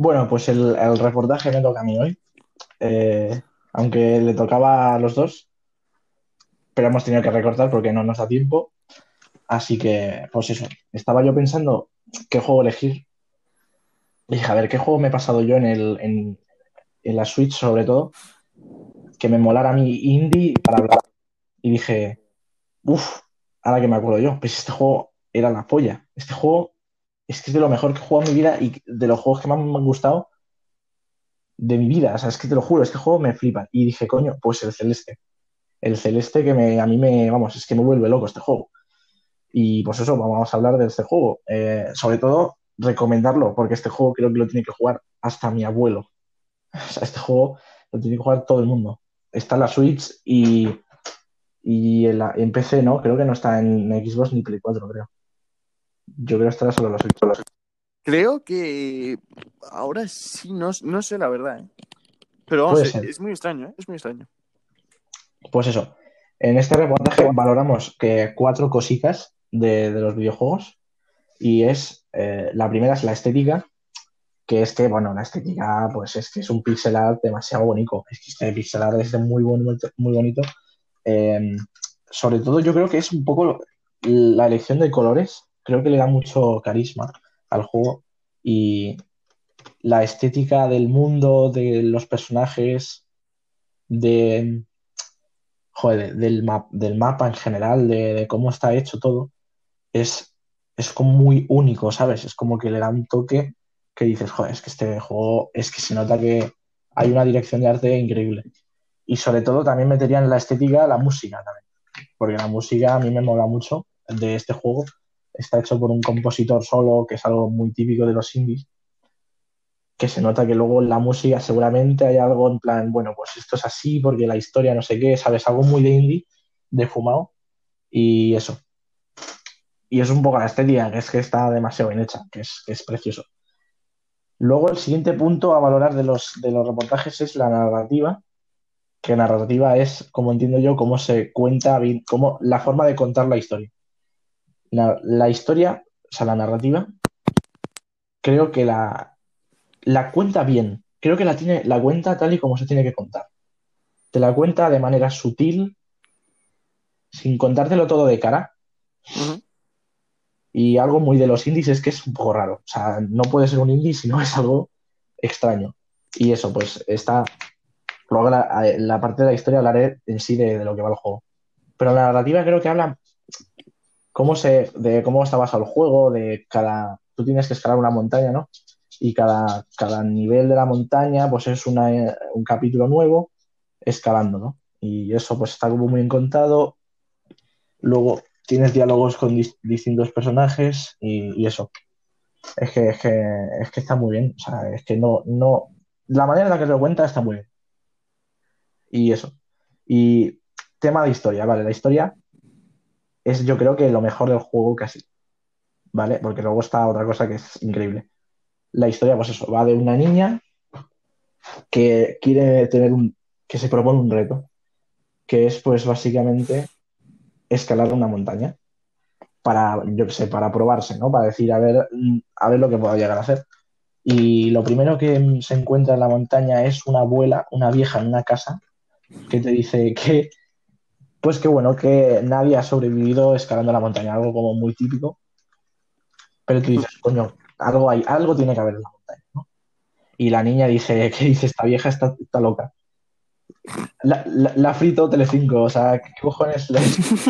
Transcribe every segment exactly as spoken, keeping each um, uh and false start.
Bueno, pues el, el reportaje me toca a mí hoy, eh, aunque le tocaba a los dos, pero hemos tenido que recortar porque no nos da tiempo. Así que, pues eso, estaba yo pensando qué juego elegir. Y dije, a ver, ¿qué juego me he pasado yo en, el, en, en la Switch, sobre todo, que me molara a mí indie para hablar? Y dije, uff, ahora que me acuerdo yo, pues este juego era la polla. Este juego es que es de lo mejor que he jugado en mi vida y de los juegos que más me han gustado de mi vida. O sea, es que te lo juro, este juego me flipa. Y dije, coño, pues el Celeste. El Celeste que me, a mí me, vamos, es que me vuelve loco este juego. Y pues eso, vamos a hablar de este juego. Eh, sobre todo, recomendarlo, porque este juego creo que lo tiene que jugar hasta mi abuelo. O sea, este juego lo tiene que jugar todo el mundo. Está en la Switch y, y en, la- en P C no, creo que no está en Xbox ni Play cuatro, creo. Yo creo que estará solo en la Switch. Creo que ahora sí, no, no sé la verdad, ¿eh? Pero vamos, Puede e- ser. es muy extraño, ¿eh? Es muy extraño. Pues eso. En este reportaje valoramos que cuatro cositas de, de los videojuegos y es, eh, la primera es la estética, que es que, bueno, la estética, pues es que es un pixel art demasiado bonito. Es que este pixel art es de muy bonito, muy bonito. Eh, Sobre todo, yo creo que es un poco la elección de colores, creo que le da mucho carisma al juego y la estética del mundo, de los personajes, de, joder, del, map, del mapa en general, de, de cómo está hecho todo, es, es como muy único, ¿sabes? Es como que le da un toque que dices, joder, es que este juego, es que se nota que hay una dirección de arte increíble. Y sobre todo también metería en la estética la música también, porque la música a mí me mola mucho de este juego. Está hecho por un compositor solo, que es algo muy típico de los indies, que se nota que luego en la música seguramente hay algo en plan, bueno, pues esto es así porque la historia no sé qué, ¿sabes? Algo muy de indie, de fumado, y eso. Y es un poco la estética, que es que está demasiado bien hecha, que es, que es precioso. Luego el siguiente punto a valorar de los, de los reportajes es la narrativa, que narrativa es, como entiendo yo, cómo se cuenta, bien- cómo, la forma de contar la historia. La, la historia, o sea, la narrativa, creo que la, la cuenta bien, creo que la, tiene, la cuenta tal y como se tiene que contar. Te la cuenta de manera sutil, sin contártelo todo de cara. Ujú. Y algo muy de los indies es que es un poco raro. O sea, no puede ser un indie si no es algo extraño. Y eso, pues está. Luego la, la parte de la historia hablaré en sí de, de lo que va el juego. Pero la narrativa creo que habla cómo se, de cómo está basado el juego, de cada. Tú tienes que escalar una montaña, ¿no? Y cada, cada nivel de la montaña, pues es una, un capítulo nuevo escalando, ¿no? Y eso, pues está como muy bien contado. Luego tienes diálogos con dis- distintos personajes y, y eso. Es que, es que, es que está muy bien. O sea, es que no, no. La manera en la que te lo cuenta está muy bien. Y eso. Y tema de historia, ¿vale? La historia es, yo creo que lo mejor del juego casi, ¿vale? Porque luego está otra cosa que es increíble. La historia, pues eso, va de una niña que quiere tener un, que se propone un reto, que es pues básicamente escalar una montaña para, yo qué sé, para probarse, ¿no? Para decir, a ver, mm, a ver lo que puedo llegar a hacer. Y lo primero que se encuentra en la montaña es una abuela, una vieja en una casa, que te dice que, pues que bueno, que nadie ha sobrevivido escalando la montaña, algo como muy típico, pero tú dices, coño, algo hay, algo tiene que haber en la montaña, ¿no? Y la niña dice, ¿qué dice esta vieja? Está, está loca. La, la, la frito Telecinco, o sea, ¿qué cojones le,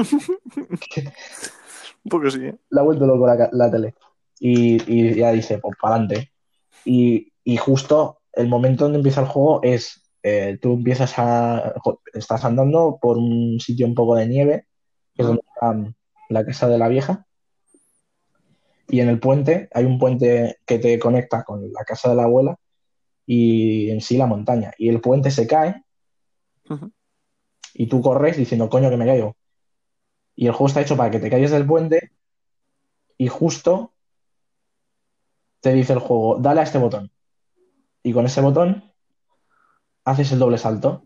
Un poco sí, ¿eh? le ha vuelto loco la, la tele? Y, y ya dice, pues para adelante. Y, y justo el momento donde empieza el juego es, eh, tú empiezas a, estás andando por un sitio un poco de nieve, que es Ujú. donde está mm, la casa de la vieja, y en el puente hay un puente que te conecta con la casa de la abuela y en sí la montaña. Y el puente se cae Ujú. y tú corres diciendo, coño, que me caigo. Y el juego está hecho para que te caigas del puente y justo te dice el juego, dale a este botón. Y con ese botón haces el doble salto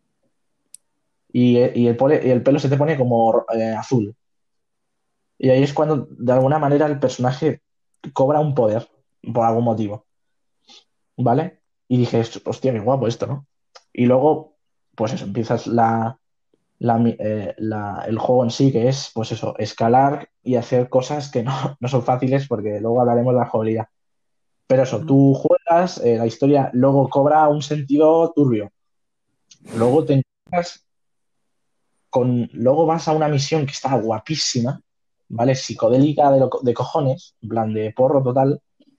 y, y el, pole- y el pelo se te pone como eh, azul. Y ahí es cuando, de alguna manera, el personaje cobra un poder, por algún motivo. ¿vale? Y dije, hostia, qué guapo esto, ¿no? Y luego, pues eso, empiezas la, la mi- eh, la- el juego en sí, que es, pues eso, escalar y hacer cosas que no, no son fáciles porque luego hablaremos de la jugabilidad. Pero eso, Ujú. tú juegas, eh, la historia luego cobra un sentido turbio. Luego te encuentras con, luego vas a una misión que está guapísima, ¿vale? Psicodélica de, lo- de cojones, en plan de porro total,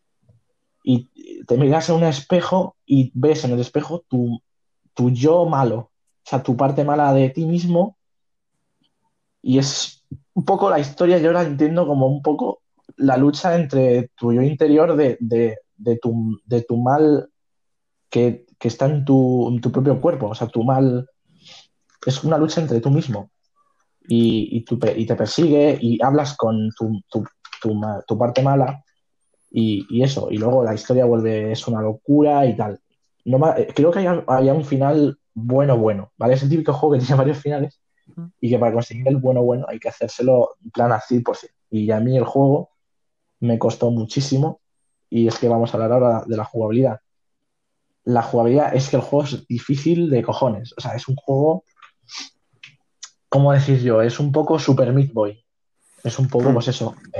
y te miras en un espejo y ves en el espejo tu, tu yo malo, o sea, tu parte mala de ti mismo, y es un poco la historia, yo la entiendo como un poco la lucha entre tu yo interior de, de, de tu, de tu mal que, que está en tu, en tu propio cuerpo, o sea, tu mal es una lucha entre tú mismo y, y, tu, y te persigue y hablas con tu, tu, tu, ma- tu parte mala y, y eso, y luego la historia vuelve, es una locura y tal. No, ma- eh, creo que hay, había un final bueno, bueno, ¿vale? Es el típico juego que tiene varios finales y que para conseguir el bueno, bueno hay que hacérselo en plan al cien por ciento. Y a mí el juego me costó muchísimo y es que vamos a hablar ahora de la jugabilidad. La jugabilidad es que el juego es difícil de cojones, o sea, es un juego, ¿cómo decir yo? Es un poco Super Meat Boy, es un poco, Mm. pues eso, eh,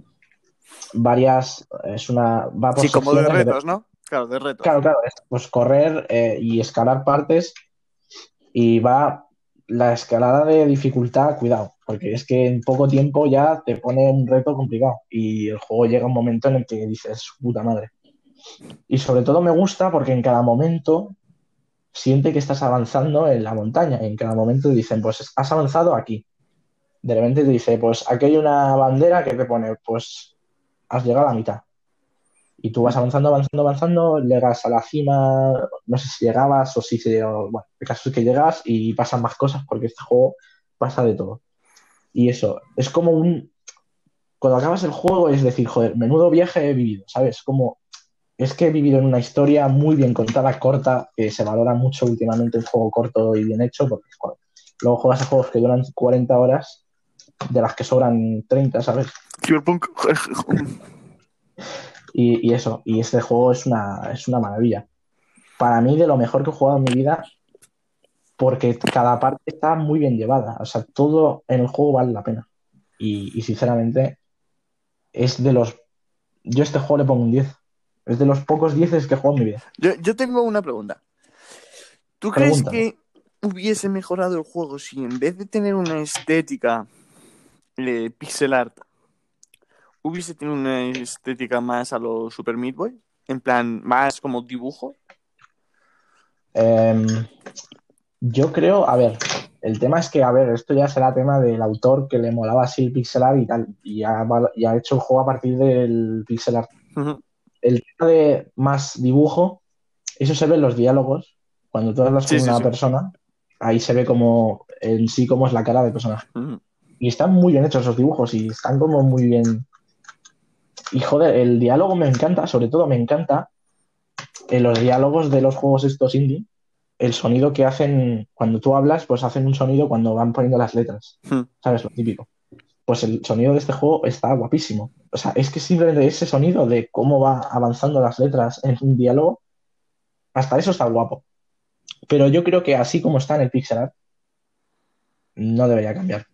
varias, es una, va por Sí, como de secciones de, retos, ¿no? Claro, de retos. claro, claro, es pues correr eh, y escalar partes y va la escalada de dificultad, cuidado, porque es que en poco tiempo ya te pone un reto complicado y el juego llega un momento en el que dices, puta madre. Y sobre todo me gusta porque en cada momento siente que estás avanzando en la montaña, en cada momento dicen, pues has avanzado aquí. De repente te dice, pues aquí hay una bandera que te pone, pues has llegado a la mitad. Y tú vas Mm. avanzando, avanzando, avanzando, llegas a la cima, no sé si llegabas o si se... o, bueno, el caso es que llegas y pasan más cosas porque este juego pasa de todo. Y eso, es como un... Cuando acabas el juego es decir, joder, menudo viaje he vivido, ¿sabes? Como, es que he vivido en una historia muy bien contada, corta, que se valora mucho últimamente un juego corto y bien hecho, porque joder, luego juegas a juegos que duran cuarenta horas, de las que sobran treinta, ¿sabes? Cyberpunk. Y, y eso, y este juego es una, es una maravilla. Para mí, de lo mejor que he jugado en mi vida, porque cada parte está muy bien llevada. O sea, todo en el juego vale la pena. Y, y sinceramente, es de los. Yo a este juego le pongo un diez. Es de los pocos dieces que he jugado en mi vida. Yo, yo tengo una pregunta. ¿Tú crees Pregúntame. que hubiese mejorado el juego si en vez de tener una estética eh, pixel art, hubiese tenido una estética más a lo Super Meat Boy? En plan, más como dibujo. Eh, yo creo, a ver, el tema es que, a ver, esto ya será tema del autor que le molaba así el pixel art y tal. Y ha, y ha hecho el juego a partir del pixel art. Ujú. El tema de más dibujo, eso se ve en los diálogos. Cuando tú hablas con Sí, sí, una sí. persona, ahí se ve como en sí cómo es la cara del personaje. Ujú. Y están muy bien hechos esos dibujos y están como muy bien. Y joder, el diálogo me encanta, sobre todo me encanta en los diálogos de los juegos estos indie, el sonido que hacen cuando tú hablas, pues hacen un sonido cuando van poniendo las letras. Ujú. ¿Sabes? Lo típico. Pues el sonido de este juego está guapísimo. O sea, es que simplemente ese sonido de cómo va avanzando las letras en un diálogo, hasta eso está guapo. Pero yo creo que así como está en el pixel art, no debería cambiar.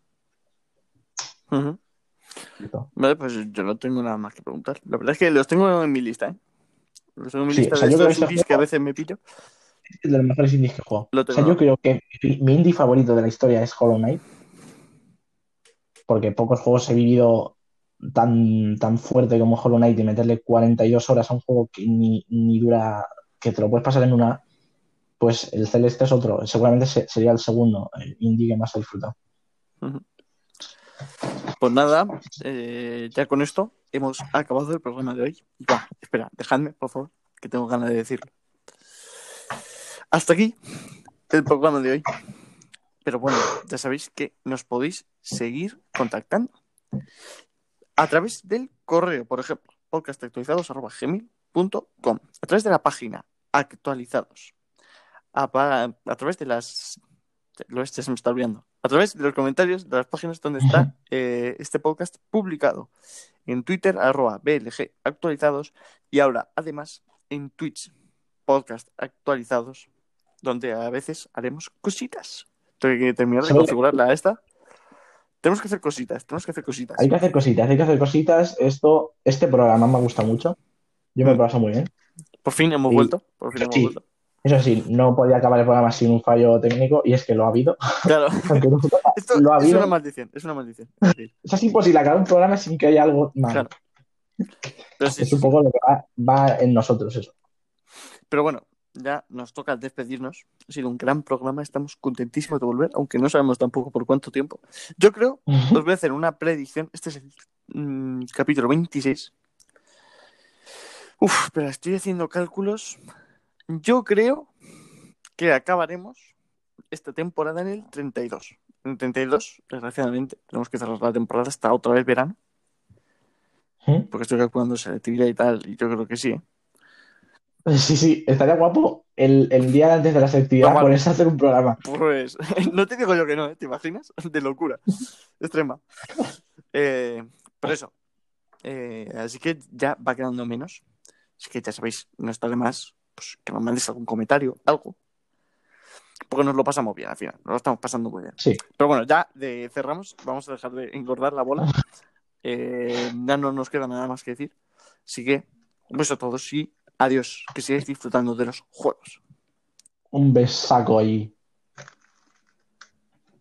Ujú. Vale, pues yo no tengo nada más que preguntar. La verdad es que los tengo en mi lista, ¿eh? Los tengo en mi Sí, o lista de sea, yo creo que estos este indies que a juego veces me pillo. es de los mejores indies que he jugado. O Lo sea, yo tengo. creo que mi, mi indie favorito de la historia es Hollow Knight, porque pocos juegos he vivido tan, tan fuerte como Hollow Knight y meterle cuarenta y dos horas a un juego que ni, ni dura, que te lo puedes pasar en una, pues el Celeste es otro, seguramente se- sería el segundo el indie que más he disfrutado. Ujú. Pues nada, eh, ya con esto hemos acabado el programa de hoy. Y va, espera, dejadme, por favor, que tengo ganas de decirlo. Hasta aquí el programa de hoy. Pero bueno, ya sabéis que nos podéis seguir contactando a través del correo, por ejemplo, podcastactualizados arroba gmail punto com, a través de la página actualizados, a, a través de las... Lo este se me está olvidando. A través de los comentarios de las páginas donde está eh, este podcast publicado. En Twitter, arroba B L G actualizados. Y ahora, además, en Twitch, podcast actualizados, donde a veces haremos cositas. Tengo que terminar de Solo- configurarla a esta. Tenemos que hacer cositas, tenemos que hacer cositas. Hay que hacer cositas, hay que hacer cositas. Esto, este programa me gusta mucho. Yo me Mm. lo paso muy bien. Por fin hemos Y vuelto, por fin hemos sí, vuelto. eso sí, no podía acabar el programa sin un fallo técnico y es que lo ha habido. Claro, Aunque no, esto lo ha es una habido. maldición, es una maldición. Es decir, Es así imposible acabar un programa sin que haya algo malo. claro. Pero sí, Es sí, un sí. poco lo que va, va en nosotros eso. Pero bueno, ya nos toca despedirnos. Ha sido un gran programa, estamos contentísimos de volver, aunque no sabemos tampoco por cuánto tiempo. Yo creo, os voy a hacer una predicción. Este es el mm, capítulo veintiséis. Uf, pero estoy haciendo cálculos. Yo creo que acabaremos esta temporada en el treinta y dos. En el treinta y dos, desgraciadamente, tenemos que cerrar la temporada hasta otra vez verano, porque estoy calculando selectividad y tal, y yo creo que sí, ¿eh? Sí, sí, estaría guapo el, el día antes de la selectividad Igual, ponerse a hacer un programa. pues no te digo yo que no, ¿eh? ¿Te imaginas? De locura extrema. Eh, pero eso, eh, así que ya va quedando menos. Así que ya sabéis, no está de más pues, que nos mandéis algún comentario, algo. Porque nos lo pasamos bien al final, nos lo estamos pasando muy bien. Sí. Pero bueno, ya de, cerramos, vamos a dejar de engordar la bola. Eh, ya no nos queda nada más que decir. Así que un beso a todos y adiós, que sigáis disfrutando de los juegos. Un besaco ahí.